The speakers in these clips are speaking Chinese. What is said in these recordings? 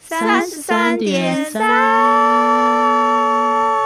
33.3。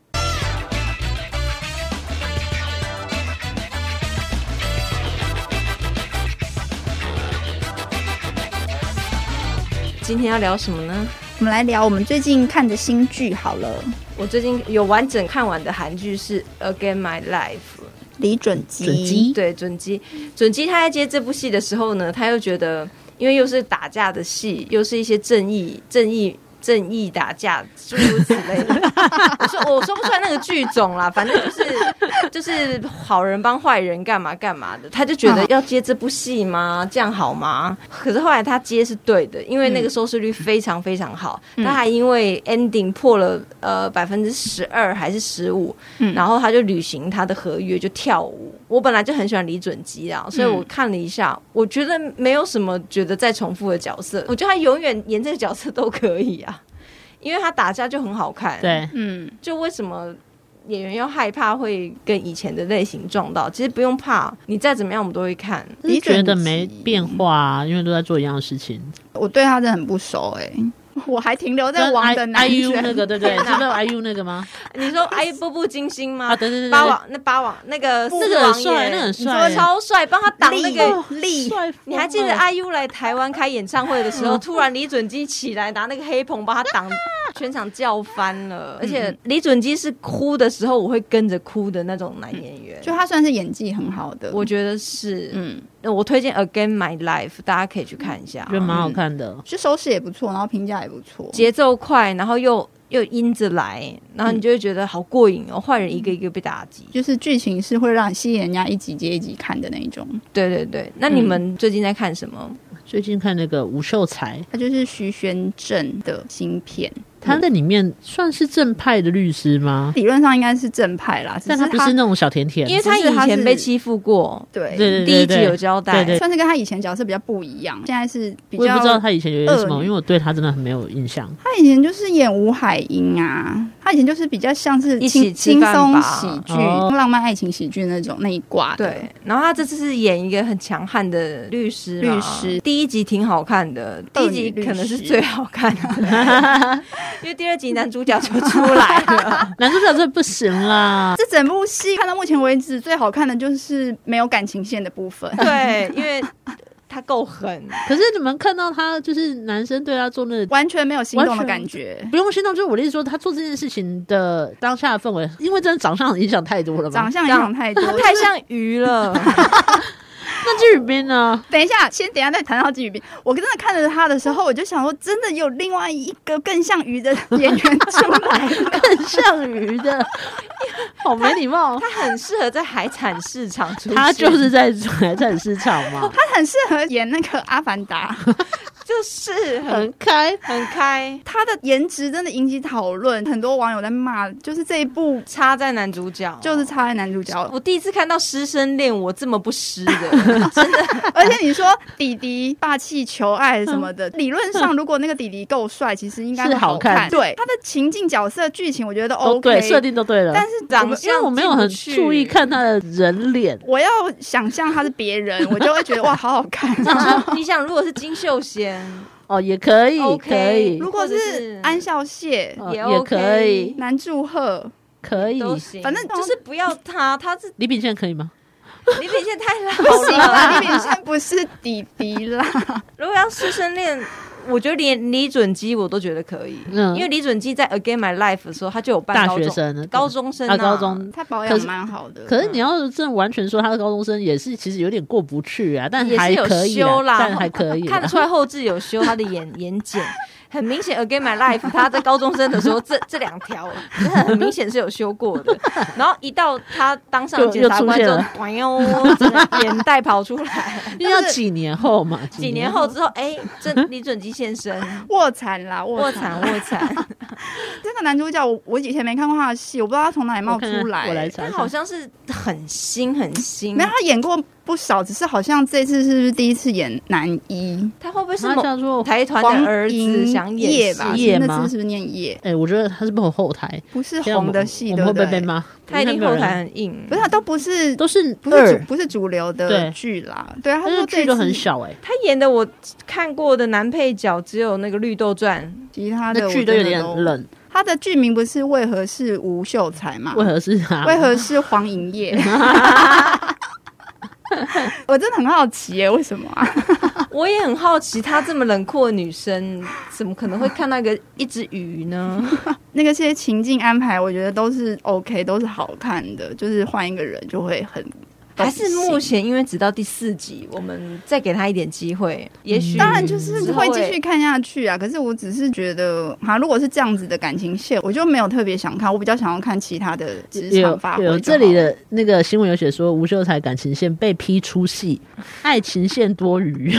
今天要聊什么呢？ 我们来聊我们最近看的新剧好了。 我最近有完整看完的韩剧是《Again My Life》， 李准基。 对，准基他在接这部戏的时候呢，他又觉得，因为又是打架的戏，又是一些正义打架诸如此类的。我说不出来那个剧种啦，反正就是好人帮坏人干嘛干嘛的，他就觉得要接这部戏吗？这样好吗？可是后来他接是对的，因为那个收视率非常非常好，他还因为 ending 破了12%还是15%，然后他就履行他的合约就跳舞。我本来就很喜欢李准基啦，所以我看了一下，我觉得没有什么觉得再重复的角色，我觉得他永远演这个角色都可以啊。因为他打架就很好看， 对， 就为什么演员要害怕会跟以前的类型撞到？其实不用怕，你再怎么样我们都会看。 你觉得没变化啊？因为都在做一样的事情。 我对他真的很不熟我还停留在王的男人 IU 那个，对不对？知道 IU 那个吗？ 你说 IU 步步惊心吗？ 啊，对， 八王那个四王爷， 那个很帅， 超帅，帮他挡那个力。 你还记得 IU 来台湾开演唱会的时候，突然李准基起来拿那个黑棚帮他挡，全场叫翻了。而且李准基是哭的时候我会跟着哭的那种男演员， 就他算是演技很好的， 我觉得是。我推荐 Again My Life， 大家可以去看一下， 觉得蛮好看的， 就收视也不错，然后评价也不错， 节奏快，然后又因着来，然后你就会觉得好过瘾哦，坏人一个一个被打击， 就是剧情是会让你吸引人家一集接一集看的那一种。 对，那你们最近在看什么？ 最近看那个吴秀才， 他就是徐玄正的新片。 他在里面算是正派的律师吗？ 理论上应该是正派啦， 但他不是那种小甜甜， 因为他以前被欺负过。 对， 第一集有交代， 算是跟他以前角色比较不一样。现在是比较， 我也不知道他以前有演什么，因为我对他真的很没有印象。 他以前就是演吴海英啊，他以前就是比较像是轻松喜剧、浪漫爱情喜剧那一挂的。 对，然后他这次是演一个很强悍的律师。第一集挺好看的，第一集可能是最好看的，因为第二集男主角就出来了。 男主角真的不行啦！ 这整部戏看到目前为止最好看的就是没有感情线的部分。 对，因为他够狠。 可是你们看到他就是男生对他做那完全没有心动的感觉， 不用心动，就是我的意思说他做这件事情的当下的氛围，因为真的长相影响太多了嘛， 长相影响太多， 太像鱼了。 那季宇彬呢？ 等一下再谈到季宇彬。我真的看着他的时候，我就想说，真的有另外一个更像鱼的演员出来了， 更像鱼的，好没礼貌。 他很适合在海产市场出现， 他就是在海产市场嘛。 他很适合演那个阿凡达。 就是很开， 他的颜值真的引起讨论，很多网友在骂，就是这一部插在男主角， 就是插在男主角。 我第一次看到师生恋，我这么不湿的，真的。 而且你说弟弟霸气求爱什么的，理论上如果那个弟弟够帅，其实应该会好看。对，他的情境、角色、剧情，我觉得都 OK， 对，设定都对了。 但是长相， 因为我没有很注意看他的人脸， 我要想象他是别人，我就会觉得哇，好好看。 你想，如果是金秀贤。 也可以，可以。 如果是安孝燮也可以， 南柱赫可以， 反正就是不要他是李秉宪可以吗？ 李秉宪太老了，李秉宪不是弟弟啦。 如果要师生恋，我觉得连李准基我都觉得可以，因为李准基在 Again My Life 的时候，他就有扮大学生、 高中生高中， 他保养蛮好的。 可是你要真的完全说他的高中生，也是其实有点过不去啊，但还可以啦，但还可以， 看得出来后置有修他的眼睑。很明显 Again My Life 他在高中生的时候这两条很明显是有修过的，然后一到他当上检察官之后，整个眼袋跑出来， 因为要几年后嘛， 几年后之后这李准基先生卧蚕。这个男主角我以前没看过他的戏，我不知道他从哪里冒出来。 我来查， 他好像是很新， 没有，他演过不少，只是好像这次是不是第一次演男一？ 他会不会是叫做台团的儿子想演叶吧？ 叶吗？那字是不是念叶？ 我觉得他是不是后台？ 不是红的戏， 我们会不会被骂？ 他一定后台很硬， 不是，他都不是不是主流的剧啦。对啊，他说剧都很小他演的我看过的男配角只有那个《绿豆传》， 其他的剧都有点冷。 他的剧名不是为何是吴秀才吗？ 为何是他？ 为何是黄颖烨？我真的很好奇耶，为什么啊？ 我也很好奇，她这么冷酷的女生，怎么可能会看到一只鱼呢？ 那个些情境安排，我觉得都是 OK， 都是好看的，就是换一个人就会很。 还是目前因为直到第4集，我们再给他一点机会，也许当然就是会继续看下去啊。可是我只是觉得，如果是这样子的感情线，我就没有特别想看，我比较想要看其他的职场发挥。 有这里的那个新闻有写说，吴秀才感情线被批出戏，爱情线多余。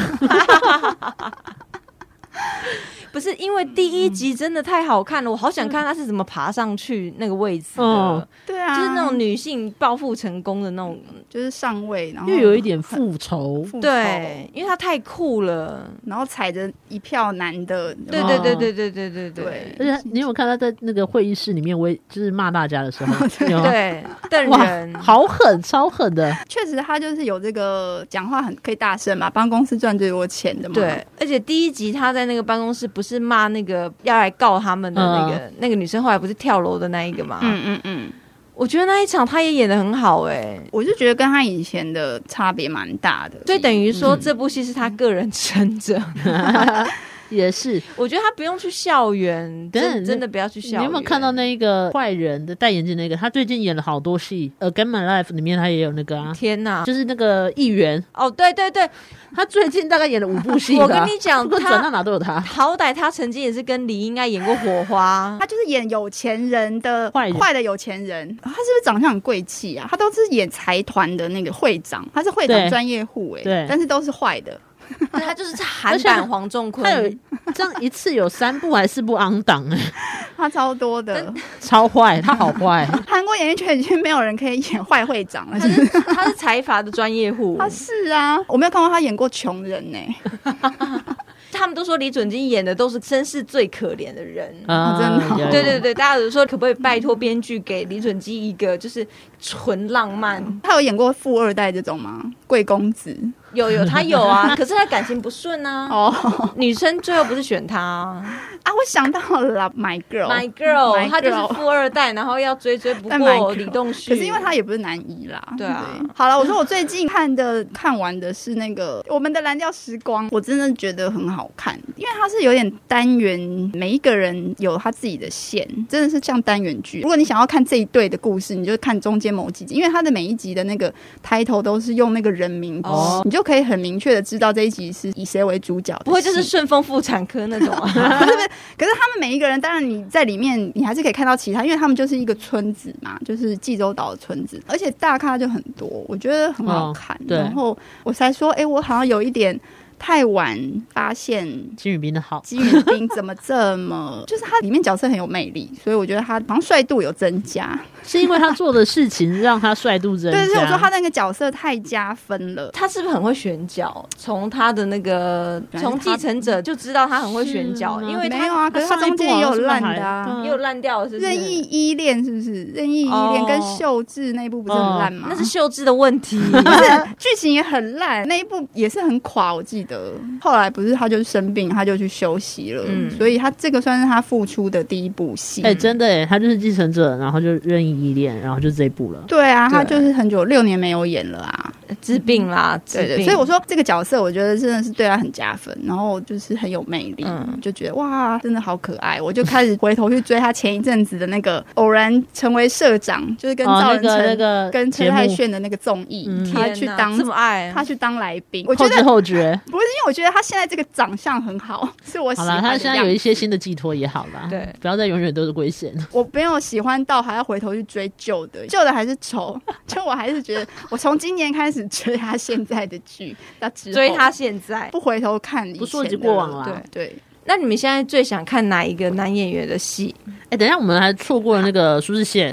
不是因为第1集真的太好看了，我好想看他是怎么爬上去那个位置的。 对啊， 就是那种女性报复成功的那种， 就是上位，然后又有一点复仇。 对，因为他太酷了， 然后踩着一票男的。 对。 而且你有看他在那个会议室里面，就是骂大家的时候， 对，瞪人， 好狠，超狠的。 确实，他就是有这个讲话很可以大声嘛，帮公司赚最多钱的嘛。 对，而且第1集他在那个办公室不是骂那个要来告他们的那个女生，后来不是跳楼的那一个吗？我觉得那一场他也演得很好我就觉得跟他以前的差别蛮大的， 所以等于说这部戏是他个人撑着。 也是， 我觉得他不用去校园，真的不要去校园。 你有没有看到那个坏人的戴眼镜那个？他最近演了好多戏，《Again My Life》里面他也有那个啊。 天哪， 就是那个议员。 哦，对， 他最近大概演了5部戏。 我跟你讲， 他转到哪都有他。 好歹他曾经也是跟李英爱演过《火花》， 他就是演有钱人的坏的有钱人。他是不是长相很贵气啊？他都是演财团的那个会长，他是会长专业户对，但是都是坏的。 他就是韩版黄仲坤， 他有这样一次有3部还是4部昂档他超多的， 超坏，他好坏。 韩国演艺圈已经没有人可以演坏会长了， 他是财阀的专业户。 他是啊，我没有看过他演过穷人他们都说李准基演的都是身世最可怜的人真的。对，大家都说可不可以拜托编剧给李准基一个就是纯浪漫。 他有演过富二代这种吗？贵公子有他有啊，可是他感情不顺啊。女生最后不是选他啊？ 我想到了啦，My Girl， 他就是富二代，然后要追不过李栋旭。 可是因为他也不是男一啦。 对啊。 好了，我说我最近看完的是那个《我们的蓝调时光》，我真的觉得很好看，因为它是有点单元，每一个人有他自己的线，真的是像单元剧。如果你想要看这一对的故事，你就看中间某几集，因为它的每一集的那个抬头都是用那个人名，你就可以很明确的知道这一集是以谁为主角的。 不会就是顺丰妇产科那种啊？ 不是，可是他们每一个人，当然你在里面你还是可以看到其他，因为他们就是一个村子嘛，就是济州岛的村子，而且大咖就很多，我觉得很好看。然后我才说，我好像有一点太晚发现金宇彬的好， 金宇彬怎么这么就是他里面角色很有魅力，所以我觉得他好像帅度有增加， 是因为他做的事情让他帅度增加。 对，我说他那个角色太加分了。 他是不是很会选角？从他的那个从继承者就知道他很会选角，因为他没有啊，可是他中间也有烂的啊， 也有烂掉的，是不是？ 任意依恋是不是？任意依恋跟秀智那一部不是很烂吗？ 那是秀智的问题， 不是剧情也很烂，那一部也是很垮，我记得。后来不是他就生病，他就去休息了，所以他这个算是他复出的第一部戏。 真的他就是继承者，然后就任意依恋，然后就这一部了。 对啊，他就是很久6年没有演了啊， 治病啦， 对，所以我说这个角色我觉得真的是对他很加分，然后就是很有魅力，就觉得哇真的好可爱，我就开始回头去追他前一阵子的那个偶然成为社长，就是跟赵仁成、那个跟车太铉的那个综艺，他去当这么爱， 他去当来宾，我觉得后觉不是因为我觉得他现在这个长相很好，是我喜欢的样子。 好了，他现在有一些新的寄托也好啦， 对， 不要再永远都是龟贤。 我没有喜欢到还要回头去追旧的还是丑，就我还是觉得我从今年开始追他现在的剧，到之后追他现在不回头看以前的， 不溯及过往了。 对。 那你们现在最想看哪一个男演员的戏？ 等一下我们还错过了那个苏志燮。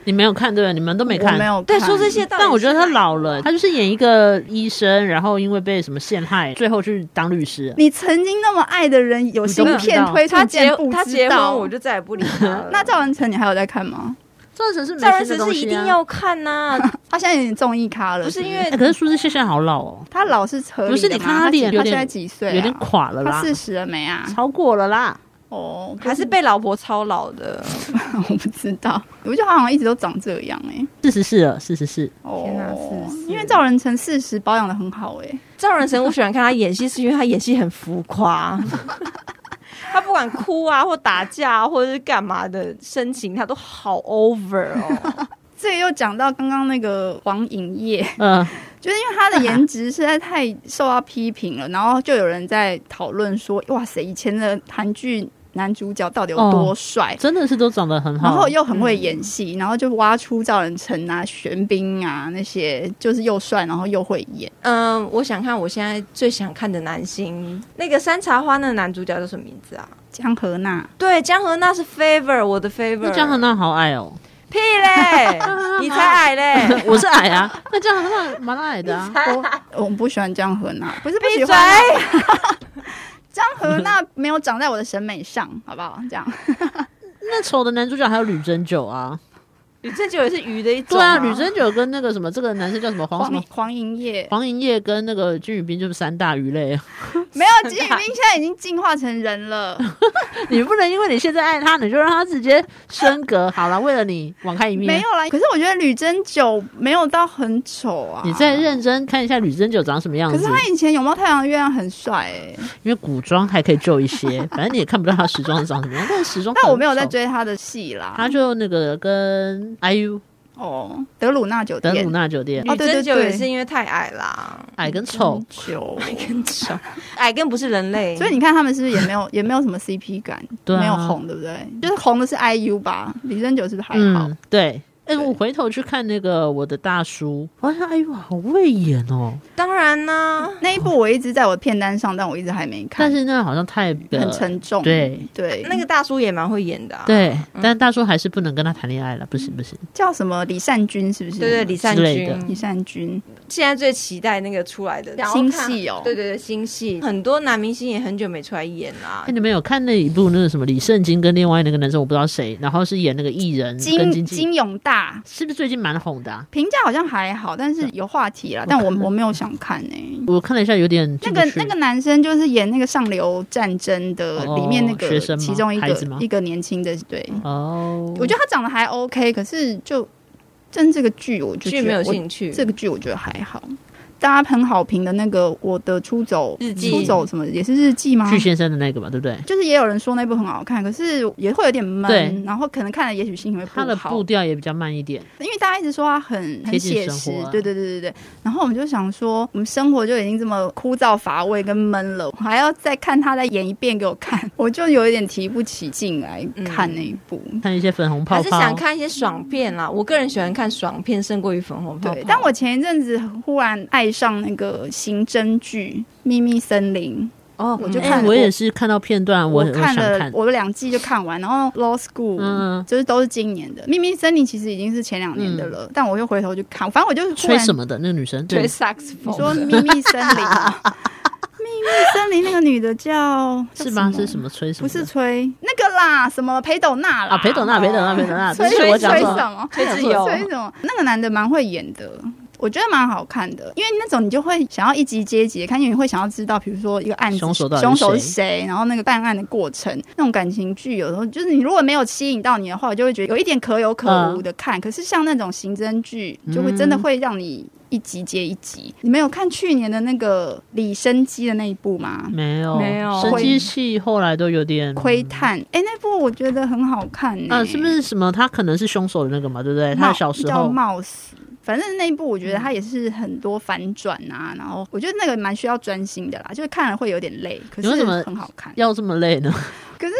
你没有看对不对？你们都没看。 我没有看。 对，说这些， 但我觉得他老了，他就是演一个医生，然后因为被什么陷害，最后去当律师。 你曾经那么爱的人，有新片推出， 他结婚，我就再也不理他了。 那赵文成，你还有在看吗？ 赵文成是一定要看呐、 他现在有点综艺咖了， 不是因为、 可是苏志燮现在好老哦。 他老是合理的吗？ 不是你看他脸他现在几岁、啊？ 有点垮了啦。 他40了没啊？ 超过了啦。 哦， 还是被老婆操劳的？ 我不知道，我觉得他好像一直都长这样 44了，44。 哦， 天哪，44！ 因为赵仁成40保养的很好赵仁成我喜欢看他演戏，是因为他演戏很浮夸。他不管哭啊，或打架、啊，或者是干嘛的深情，他都好 over 哦。 这个又讲到刚刚那个黄颖烨，就是因为他的颜值实在太受到批评了，然后就有人在讨论说，哇塞，以前的韩剧男主角到底有多帅、 真的是都长得很好， 然后又很会演戏，然后就挖出赵仁成啊、玄彬啊那些，就是又帅然后又会演。 我想看我现在最想看的男星，那个山茶花那个男主角叫什么名字啊？ 江河娜。 对，江河娜是 favor 我的 favor。 那江河娜好矮哦。 屁嘞！你才矮嘞！ 我是矮啊，那江河娜蛮矮的啊。 我不喜欢江河娜，不是不喜欢。江河娜没有长在我的审美上，好不好？这样。 那丑的男主角还有吕珍九啊。 吕珍九也是鱼的一种、 对啊，吕珍九跟那个什么，这个男生叫什么黄颖烨， 黄颖烨跟那个金宇彬就是3大鱼类。 没有，金宇彬现在已经进化成人了。 你不能因为你现在爱他，你就让他直接升格。好了，为了你网开一面。 没有啦，可是我觉得吕珍九没有到很丑啊。 你再认真看一下吕珍九长什么样子。 可是他以前拥抱太阳的月亮很帅因为古装还可以救一些，反正你也看不到他时装长什么样。但是时装， 但我没有在追他的戏啦。 他就那个跟 IU。 德鲁纳酒店， 吕珍九也是因为太矮啦， 矮跟丑， 矮跟不是人类， 所以你看他们是不是也没有什么 CP 感，没有红，对不对？就是红的是 IU 吧，吕珍九是不是还好？ 对。我回头去看那个我的大叔，发现哎呦好会演哦。 当然呢， 那一部我一直在我的片单上，但我一直还没看。 但是那好像太很沉重。 对， 那个大叔也蛮会演的、啊。 对，但大叔还是不能跟他谈恋爱了，不行。 叫什么李善均是不是？ 对，李善均。现在最期待那个出来的新戏哦。 对，新戏，很多男明星也很久没出来演啦。 你们有看那一部那个什么李圣经跟另外那个男生我不知道谁，然后是演那个艺人跟金永大。 是不是最近蛮红的、啊？ 评价好像还好，但是有话题啦。但我没有想看我看了一下，有点那个男生就是演那个上流战争的里面那个其中一个年轻的对我觉得他长得还 OK， 可是就真这个剧我就觉得没有兴趣。 这个剧我觉得还好。大家很好评的那个我的出走什么也是日记吗？ 巨先生的那个嘛，对不对？ 就是也有人说那部很好看，可是也会有点闷，然后可能看了也许心情会不好。 他的步调也比较慢一点， 因为大家一直说他很写实，对。然后我们就想说，我们生活就已经这么枯燥乏味跟闷了，我还要再看他再演一遍给我看，我就有一点提不起劲来看那一部。 看一些粉红泡泡， 还是想看一些爽片啦。我个人喜欢看爽片胜过于粉红泡泡。 对，但我前一阵子忽然爱上那个刑侦剧《秘密森林》我就看我也是看到片段，我看了我的2季就看完，然后《Law School》就是都是今年的，《秘密森林》其实已经是前2年的了，但我又回头去看，反正我就是吹什么的那个女生， 吹萨克斯风。 你说《秘密森林》秘密森林那个女的叫是吗？是什么吹什么？ 不是吹那个啦，什么裴斗娜啦？ 裴斗娜， 吹我讲什么？吹什么？那个男的蛮会演的。我觉得蛮好看的，因为那种你就会想要一集接一集的看，因为你会想要知道，比如说一个案子凶手是谁，然后那个办案的过程，那种感情剧有时候就是你如果没有吸引到你的话，我就会觉得有一点可有可无的看。可是像那种刑侦剧，就会真的会让你一集接一集。你们有看去年的那个李生基的那一部吗？ 没有，生基戏后来都有点窥探。那部我觉觉得很好看是不是什么他可能是凶手的那个嘛，对不对？他小时候叫冒死。反正那一部我觉得它也是很多反转啊，然后我觉得那个蛮需要专心的啦，就是看了会有点累，可是很好看。 要这么累呢？ 可是就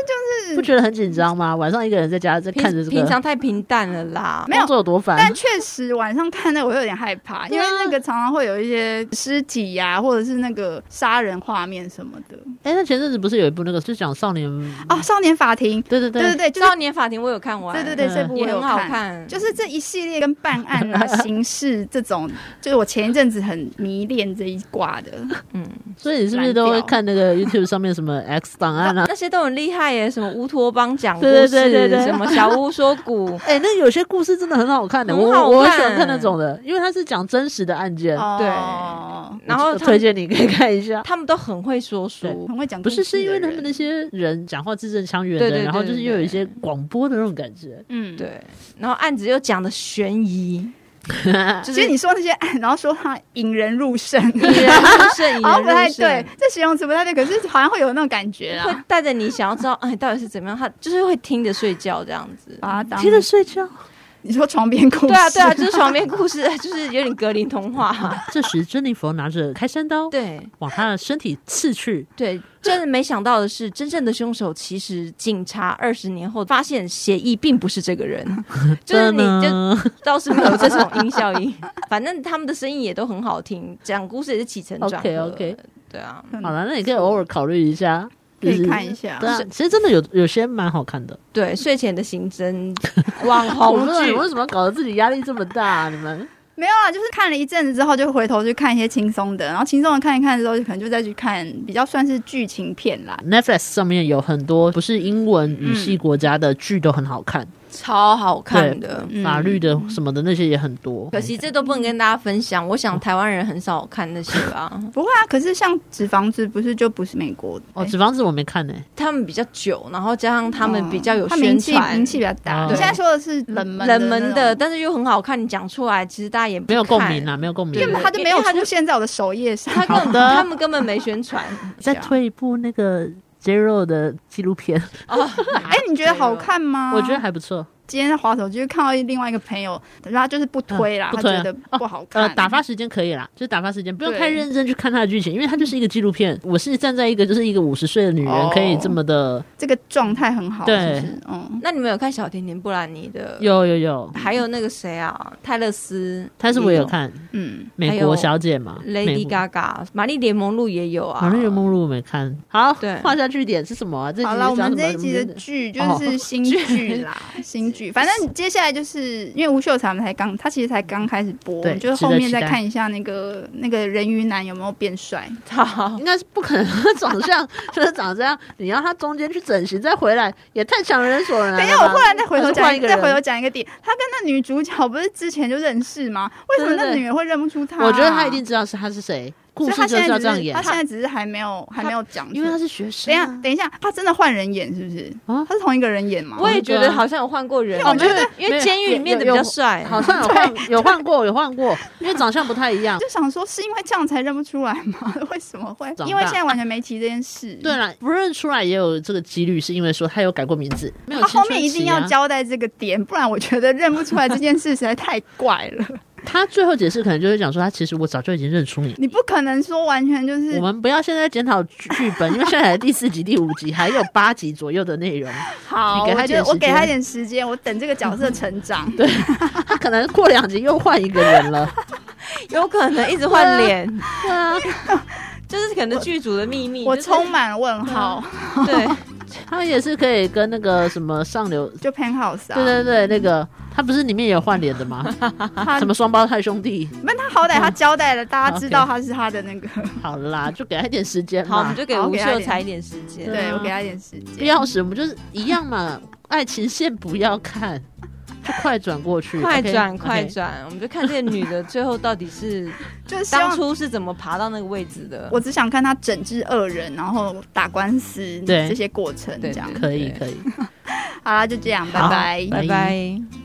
是不觉得很紧张吗？晚上一个人在家在看着这个， 平常太平淡了啦， 没有工作有多烦。 但确实晚上看那个我有点害怕，因为那个常常会有一些尸体呀，或者是那个杀人画面什么的。 那前阵子不是有一部那个就讲少年少年法庭， 对， 就是少年法庭我有看完， 对，这部我有也很好看， 就是这一系列跟办案啊、刑事这种，就是我前一阵子很迷恋这一挂的。 所以你是不是都会看那个 YouTube 上面什么 X 档案啊？ 那些都很厉害耶，什么乌托邦讲故事，对，什么小屋说古， 那有些故事真的很好看的，我很喜欢看那种的，因为它是讲真实的案件。 对，然后推荐你可以看一下， 他们都很会说书， 很会讲故事。 不是因为他们那些人讲话字正腔圆的，然后就是又有一些广播的那种感觉。 对，然后案子又讲的悬疑。 其实你说那些案，然后说他引人入胜， 好像不太对，这形容词不太对，可是好像会有那种感觉啦， 会带着你想要知道，到底是怎么样，他就是会听着睡觉这样子， 听着睡觉。 你说床边故事？ 对啊，就是床边故事，就是有点格林童话。 这时，珍妮佛拿着开山刀， 对， 往他的身体刺去。 对，真的没想到的是，真正的凶手其实警察20年后发现协议并不是这个人，就是你就倒是没有这种音效音，反正他们的声音也都很好听，讲故事也是起承转合。 OK， 对啊， 好了，那你可以偶尔考虑一下。 可以看一下， 对啊，其实真的有些蛮好看的。 对，睡前的刑侦网红剧， 你为什么搞得自己压力这么大？你们没有啊，就是看了一阵子之后，就回头去看一些轻松的，然后轻松的看一看之后，就可能就再去看比较算是剧情片啦。 Netflix 上面有很多不是英文语系国家的剧都很好看。 超好看的， 法律的什么的那些也很多， 可惜这都不能跟大家分享。我想台湾人很少看那些吧。 不会啊，可是像纸房子不是就不是美国的纸房子我没看他们比较久，然后加上他们比较有宣传， 名气比较大。你现在说的是冷门的，但是又很好看，你讲出来其实大家也不看， 没有共鸣啊，没有共鸣， 因为他就没有出现在我的首页上。 他们根本没宣传。 再推一部那个 Zero 的纪录片你觉得好看吗？ 我觉得还不错。 今天在滑手机看到另外一个朋友，他就是不推啦，他觉得不好看。 打发时间可以啦，就是打发时间，不用太认真去看他的剧情，因为他就是一个纪录片。我是站在一个就是一个50岁的女人可以这么的这个状态很好， 对， 那你们有看小甜甜布兰妮的？ 有， 还有那个谁啊，泰勒斯， 但是我有看，美国小姐嘛 ，Lady Gaga， 玛丽莲梦露也有啊， 玛丽莲梦露我没看。好， 对， 画下句点是什么啊？ 好了，我们这一集的剧就是新剧啦，新剧，反正接下来就是因为吴秀才他其实才刚开始播，就是后面再看一下那个人鱼男有没有变帅。 好， 应该是不可能长相就是长这样，你要他中间去整形再回来，也太强人所难了。 等一下，我忽然再回头讲一个点，他跟那女主角不是之前就认识吗？为什么那女人会认不出他？ 我觉得他一定知道他是谁。故事就是要这样演， 他现在只是还没有讲， 因为他是学生。 等一下，他真的换人演是不是？他是同一个人演吗？ 我也觉得好像有换过人，我觉得因为监狱里面的比较帅， 好像有换过，因为长相不太一样。 就想说是因为这样才认不出来吗？为什么会？因为现在完全没提这件事。 对啦，不认出来也有这个几率，是因为说他有改过名字，没有他后面一定要交代这个点，不然我觉得认不出来这件事实在太怪了。 他最后解释可能就是讲说，他其实我早就已经认出你。 你不可能说完全就是。 我们不要现在检讨剧本，因为现在才第4集、第5集，还有8集左右的内容。 好， 你给他我给他一点时间，我等这个角色成长。 对，他可能过2集又换一个人了， 有可能一直换脸。 对啊， 就是可能剧组的秘密。 我充满问号。 对。 他也是可以跟那个什么上流就 Penthouse 啊， 对，那个他不是里面也有换脸的吗？什么双胞胎兄弟？ 那他好歹他交代了，大家知道他是他的那个。 好啦，就给他一点时间嘛。 好，我们就给吴秀才一点时间。 对，我给他一点时间。 必要时我们就是一样嘛，爱情线不要看。就快转过去， 快转，我们就看这个女的最后到底是，就是当初是怎么爬到那个位置的。 我只想看她整治恶人，然后打官司这些过程，这样可以。 好啦，就这样，拜拜， 拜拜。